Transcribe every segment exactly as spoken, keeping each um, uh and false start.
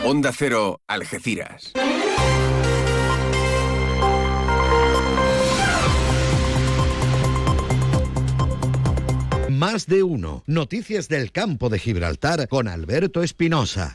Onda Cero, Algeciras. Más de uno. Noticias del campo de Gibraltar con Alberto Espinosa.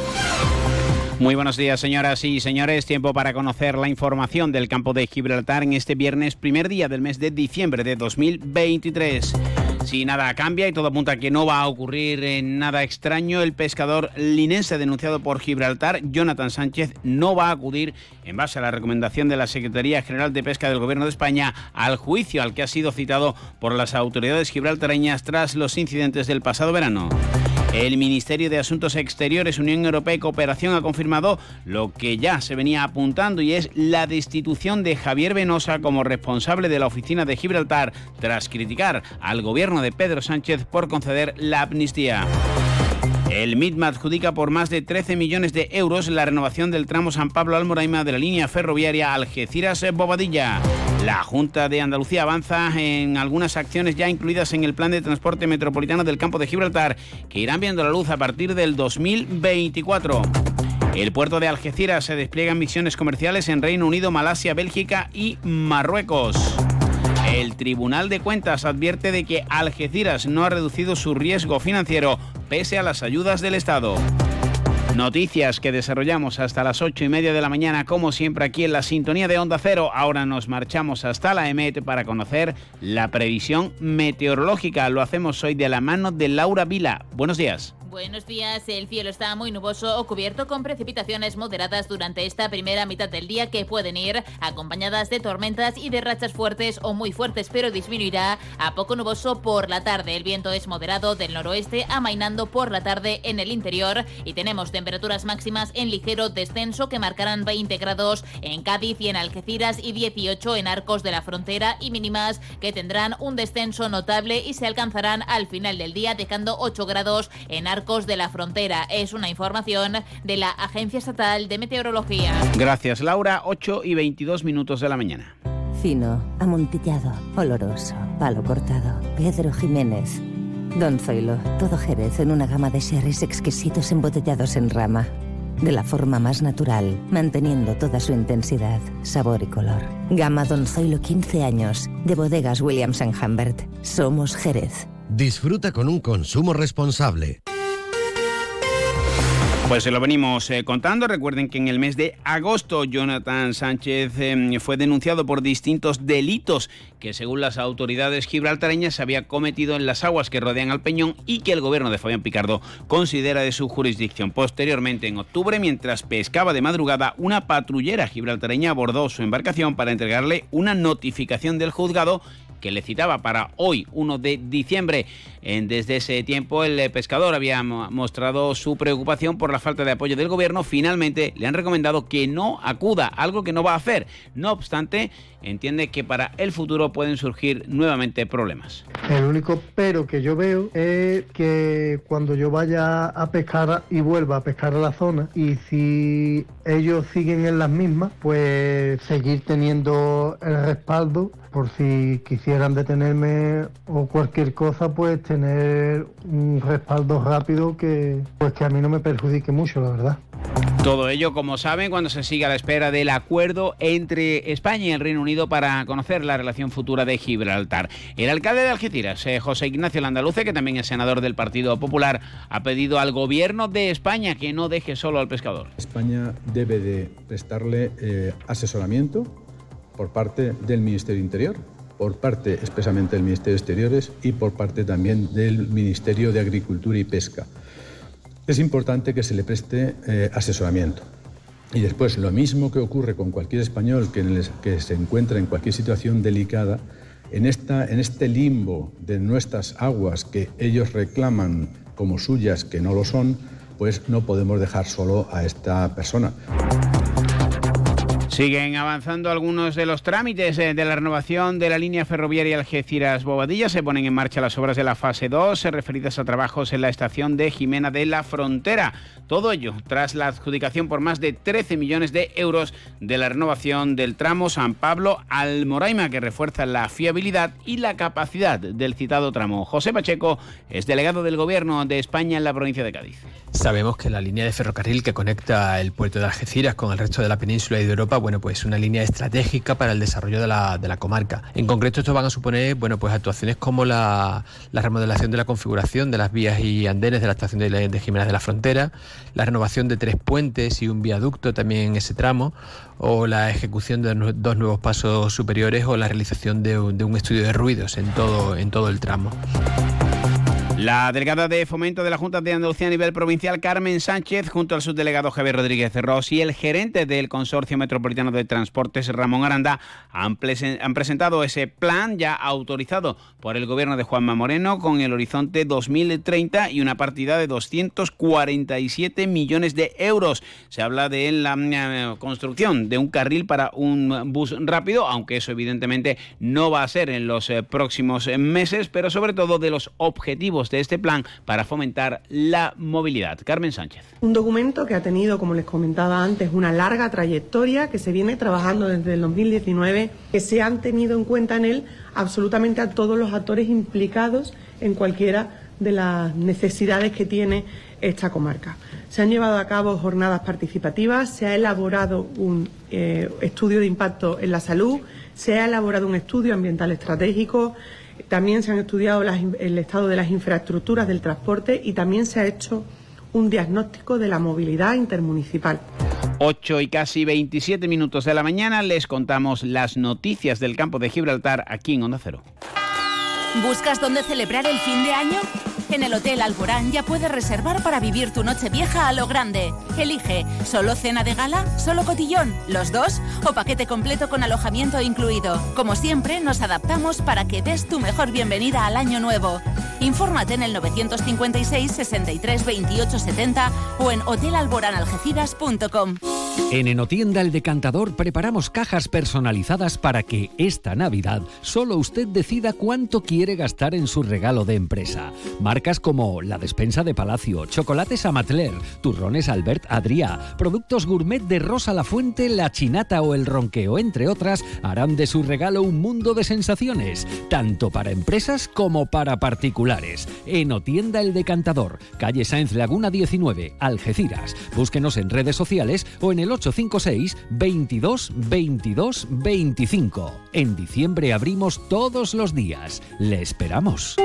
Muy buenos días, señoras y señores. Tiempo para conocer la información del campo de Gibraltar en este viernes, primer día del mes de diciembre de dos mil veintitrés. Si nada cambia y todo apunta a que no va a ocurrir en nada extraño, el pescador linense denunciado por Gibraltar, Jonathan Sánchez, no va a acudir, en base a la recomendación de la Secretaría General de Pesca del Gobierno de España, al juicio al que ha sido citado por las autoridades gibraltareñas tras los incidentes del pasado verano. El Ministerio de Asuntos Exteriores, Unión Europea y Cooperación ha confirmado lo que ya se venía apuntando, y es la destitución de Javier Venosa como responsable de la oficina de Gibraltar tras criticar al gobierno de Pedro Sánchez por conceder la amnistía. El M I T M adjudica por más de trece millones de euros la renovación del tramo San Pablo-Almoraima de la línea ferroviaria Algeciras-Bobadilla. La Junta de Andalucía avanza en algunas acciones ya incluidas en el Plan de Transporte Metropolitano del Campo de Gibraltar, que irán viendo la luz a partir del dos mil veinticuatro. El puerto de Algeciras se despliegan misiones comerciales en Reino Unido, Malasia, Bélgica y Marruecos. El Tribunal de Cuentas advierte de que Algeciras no ha reducido su riesgo financiero pese a las ayudas del Estado. Noticias que desarrollamos hasta las ocho y media de la mañana, como siempre aquí en la sintonía de Onda Cero. Ahora nos marchamos hasta la EMET para conocer la previsión meteorológica. Lo hacemos hoy de la mano de Laura Vila. Buenos días. Buenos días. El cielo está muy nuboso o cubierto con precipitaciones moderadas durante esta primera mitad del día, que pueden ir acompañadas de tormentas y de rachas fuertes o muy fuertes, pero disminuirá a poco nuboso por la tarde. El viento es moderado del noroeste, amainando por la tarde en el interior, y tenemos temperaturas máximas en ligero descenso que marcarán veinte grados en Cádiz y en Algeciras y dieciocho en Arcos de la Frontera, y mínimas que tendrán un descenso notable y se alcanzarán al final del día, dejando ocho grados en Arcos de la Frontera. Es una información de la Agencia Estatal de Meteorología. Gracias, Laura. ocho y veintidós minutos de la mañana. Fino, amontillado, oloroso, palo cortado. Pedro Jiménez. Don Zoilo, todo Jerez en una gama de sherries exquisitos embotellados en rama. De la forma más natural, manteniendo toda su intensidad, sabor y color. Gama Don Zoilo quince años, de bodegas Williams and Humbert. Somos Jerez. Disfruta con un consumo responsable. Pues se lo venimos eh, contando. Recuerden que en el mes de agosto Jonathan Sánchez eh, fue denunciado por distintos delitos que, según las autoridades gibraltareñas, se había cometido en las aguas que rodean al Peñón y que el gobierno de Fabián Picardo considera de su jurisdicción. Posteriormente, en octubre, mientras pescaba de madrugada, una patrullera gibraltareña abordó su embarcación para entregarle una notificación del juzgado que le citaba para hoy, uno de diciembre. Desde ese tiempo el pescador había mostrado su preocupación por la falta de apoyo del gobierno. Finalmente le han recomendado que no acuda, algo que no va a hacer. No obstante, entiende que para el futuro pueden surgir nuevamente problemas. El único pero que yo veo es que cuando yo vaya a pescar y vuelva a pescar a la zona, y si ellos siguen en las mismas, pues seguir teniendo el respaldo por si quisieran detenerme o cualquier cosa, pues tener un respaldo rápido que pues que a mí no me perjudique mucho, la verdad. Todo ello, como saben, cuando se siga a la espera del acuerdo entre España y el Reino Unido para conocer la relación futura de Gibraltar. El alcalde de Algeciras, eh, José Ignacio Landaluce, que también es senador del Partido Popular, ha pedido al gobierno de España que no deje solo al pescador. España debe de prestarle eh, asesoramiento por parte del Ministerio Interior, por parte expresamente del Ministerio de Exteriores y por parte también del Ministerio de Agricultura y Pesca. Es importante que se le preste eh, asesoramiento. Y después, lo mismo que ocurre con cualquier español que, en el, que se encuentra en cualquier situación delicada, en, esta, en este limbo de nuestras aguas que ellos reclaman como suyas, que no lo son, pues no podemos dejar solo a esta persona. Siguen avanzando algunos de los trámites de la renovación de la línea ferroviaria Algeciras-Bobadilla. Se ponen en marcha las obras de la fase dos, referidas a trabajos en la estación de Jimena de la Frontera. Todo ello tras la adjudicación por más de trece millones de euros de la renovación del tramo San Pablo-Almoraima, que refuerza la fiabilidad y la capacidad del citado tramo. José Pacheco es delegado del Gobierno de España en la provincia de Cádiz. Sabemos que la línea de ferrocarril que conecta el puerto de Algeciras con el resto de la península y de Europa, bueno, pues es una línea estratégica para el desarrollo de la, de la comarca. En concreto, esto van a suponer, bueno, pues actuaciones como la, la remodelación de la configuración de las vías y andenes de la estación de, de Jimena de la Frontera, la renovación de tres puentes y un viaducto también en ese tramo, o la ejecución de dos nuevos pasos superiores, o la realización de un, de un estudio de ruidos en todo, en todo el tramo. La delegada de Fomento de la Junta de Andalucía a nivel provincial, Carmen Sánchez, junto al subdelegado Javier Rodríguez Ros y el gerente del Consorcio Metropolitano de Transportes, Ramón Aranda, han, presen- han presentado ese plan ya autorizado por el gobierno de Juanma Moreno con el horizonte dos mil treinta y una partida de doscientos cuarenta y siete millones de euros. Se habla de la eh, construcción de un carril para un bus rápido, aunque eso evidentemente no va a ser en los eh, próximos meses, pero sobre todo de los objetivos de este plan para fomentar la movilidad. Carmen Sánchez. Un documento que ha tenido, como les comentaba antes, una larga trayectoria, que se viene trabajando desde el dos mil diecinueve, que se han tenido en cuenta en él absolutamente a todos los actores implicados en cualquiera de las necesidades que tiene esta comarca. Se han llevado a cabo jornadas participativas, se ha elaborado un eh, estudio de impacto en la salud, se ha elaborado un estudio ambiental estratégico. También se han estudiado las, el estado de las infraestructuras del transporte y también se ha hecho un diagnóstico de la movilidad intermunicipal. ocho y casi veintisiete minutos de la mañana, les contamos las noticias del campo de Gibraltar aquí en Onda Cero. ¿Buscas dónde celebrar el fin de año? En el Hotel Alborán ya puedes reservar para vivir tu Nochevieja a lo grande. Elige, ¿solo cena de gala? ¿Solo cotillón? ¿Los dos? ¿O paquete completo con alojamiento incluido? Como siempre, nos adaptamos para que des tu mejor bienvenida al año nuevo. Infórmate en el novecientos cincuenta y seis, sesenta y tres, veintiocho, setenta o en hotel alborán algeciras punto com. En Enotienda El Decantador preparamos cajas personalizadas para que esta Navidad solo usted decida cuánto quiere gastar en su regalo de empresa. Marcas como la despensa de Palacio, chocolates Amatler, turrones Albert Adrià, productos gourmet de Rosa La Fuente, La Chinata o El Ronqueo, entre otras, harán de su regalo un mundo de sensaciones, tanto para empresas como para particulares. Enotienda El Decantador, calle Sáenz Laguna diecinueve, Algeciras. Búsquenos en redes sociales o en el ocho cinco seis, veintidós, veintidós, veinticinco. En diciembre abrimos todos los días. Le esperamos.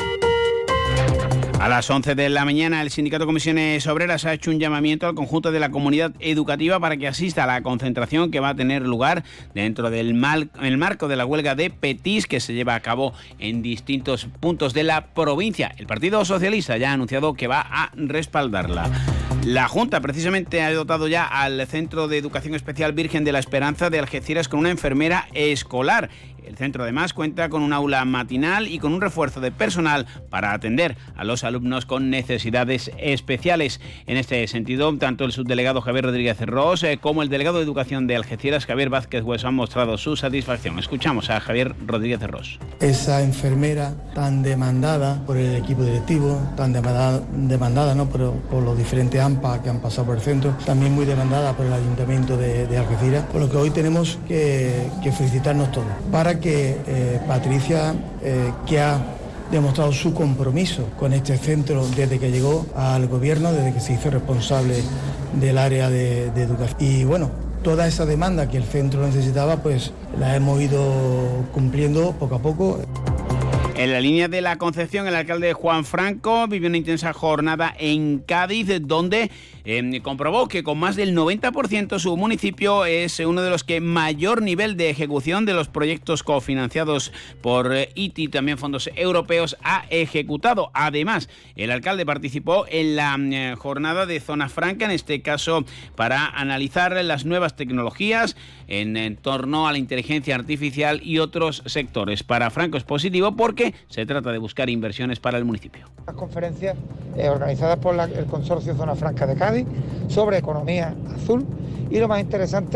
A las once de la mañana, el Sindicato Comisiones Obreras ha hecho un llamamiento al conjunto de la comunidad educativa para que asista a la concentración que va a tener lugar dentro del mal, el marco de la huelga de Petis, que se lleva a cabo en distintos puntos de la provincia. El Partido Socialista ya ha anunciado que va a respaldarla. La Junta precisamente ha dotado ya al Centro de Educación Especial Virgen de la Esperanza de Algeciras con una enfermera escolar. El centro además cuenta con un aula matinal y con un refuerzo de personal para atender a los alumnos con necesidades especiales. En este sentido, tanto el subdelegado Javier Rodríguez Ros eh, como el delegado de Educación de Algeciras, Javier Vázquez Hueso, han mostrado su satisfacción. Escuchamos a Javier Rodríguez Ros. Esa enfermera tan demandada por el equipo directivo, tan demandada, demandada ¿no? por, por los diferentes A M P A que han pasado por el centro, también muy demandada por el Ayuntamiento de, de Algeciras, por lo que hoy tenemos que, que felicitarnos todos. Para que eh, Patricia, eh, que ha demostrado su compromiso con este centro desde que llegó al gobierno, desde que se hizo responsable del área de, de educación. Y bueno, toda esa demanda que el centro necesitaba, pues la hemos ido cumpliendo poco a poco. En la línea de la Concepción, el alcalde Juan Franco vivió una intensa jornada en Cádiz, donde eh, comprobó que con más del noventa por ciento su municipio es uno de los que mayor nivel de ejecución de los proyectos cofinanciados por eh, I T I, también fondos europeos, ha ejecutado. Además, el alcalde participó en la eh, jornada de Zona Franca, en este caso para analizar las nuevas tecnologías en, en torno a la inteligencia artificial y otros sectores. Para Franco es positivo porque se trata de buscar inversiones para el municipio. Las conferencias eh, organizadas por la, el Consorcio Zona Franca de Cádiz sobre economía azul y lo más interesante,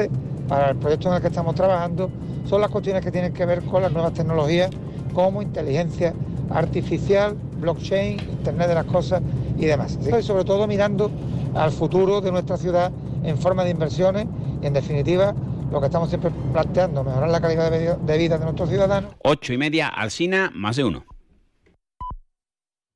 para el proyecto en el que estamos trabajando son las cuestiones que tienen que ver con las nuevas tecnologías como inteligencia artificial, blockchain, Internet de las cosas y demás. Y sobre todo mirando al futuro de nuestra ciudad en forma de inversiones y, en definitiva, lo que estamos siempre planteando, mejorar la calidad de vida de nuestros ciudadanos. Ocho y media, Alsina, más de uno.